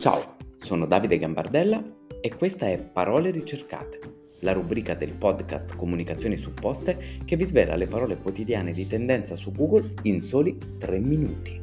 Ciao, sono Davide Gambardella e questa è Parole ricercate, la rubrica del podcast Comunicazioni Supposte che vi svela le parole quotidiane di tendenza su Google in soli 3 minuti.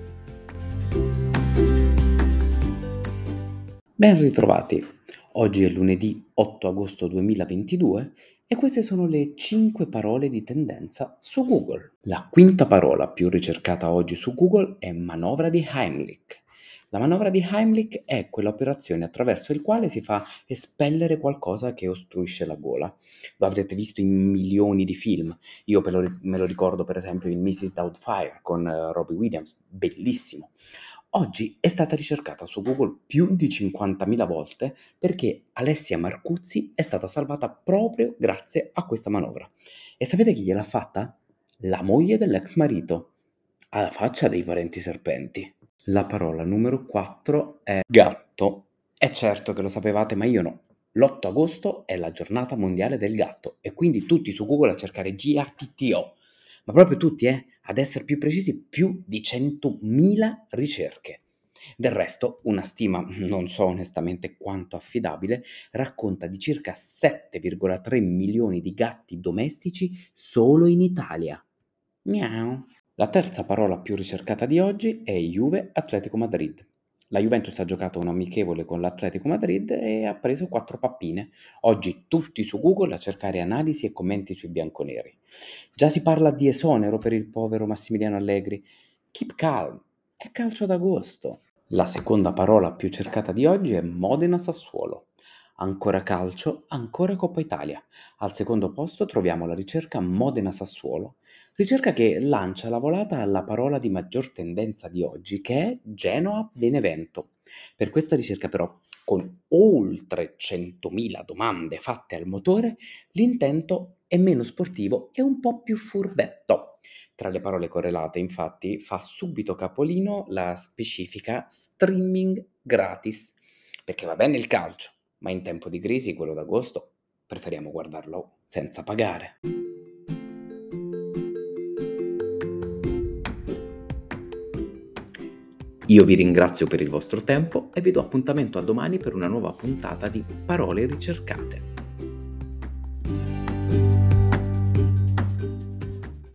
Ben ritrovati, oggi è lunedì 8 agosto 2022 e queste sono le 5 parole di tendenza su Google. La quinta parola più ricercata oggi su Google è manovra di Heimlich. La manovra di Heimlich è quell'operazione attraverso il quale si fa espellere qualcosa che ostruisce la gola. Lo avrete visto in milioni di film. Io me lo ricordo per esempio in Mrs. Doubtfire con Robbie Williams, bellissimo. Oggi è stata ricercata su Google più di 50.000 volte perché Alessia Marcuzzi è stata salvata proprio grazie a questa manovra. E sapete chi gliel'ha fatta? La moglie dell'ex marito. Alla faccia dei parenti serpenti. La parola numero 4 è gatto. È certo che lo sapevate, ma io no. L'8 agosto è la giornata mondiale del gatto e quindi tutti su Google a cercare GATTO. Ma proprio tutti, ad essere più precisi, più di 100.000 ricerche. Del resto, una stima, non so onestamente quanto affidabile, racconta di circa 7,3 milioni di gatti domestici solo in Italia. Miau. La terza parola più ricercata di oggi è Juve Atletico Madrid. La Juventus ha giocato un amichevole con l'Atletico Madrid e ha preso 4 pappine. Oggi tutti su Google a cercare analisi e commenti sui bianconeri. Già si parla di esonero per il povero Massimiliano Allegri. Keep calm, è calcio d'agosto. La seconda parola più cercata di oggi è Modena-Sassuolo. Ancora calcio, ancora Coppa Italia. Al secondo posto troviamo la ricerca Modena-Sassuolo, ricerca che lancia la volata alla parola di maggior tendenza di oggi, che è Genoa-Benevento. Per questa ricerca però, con oltre 100.000 domande fatte al motore, l'intento è meno sportivo e un po' più furbetto. Tra le parole correlate, infatti, fa subito capolino la specifica streaming gratis, perché va bene il calcio, ma in tempo di crisi, quello d'agosto, preferiamo guardarlo senza pagare. Io vi ringrazio per il vostro tempo e vi do appuntamento a domani per una nuova puntata di Parole ricercate.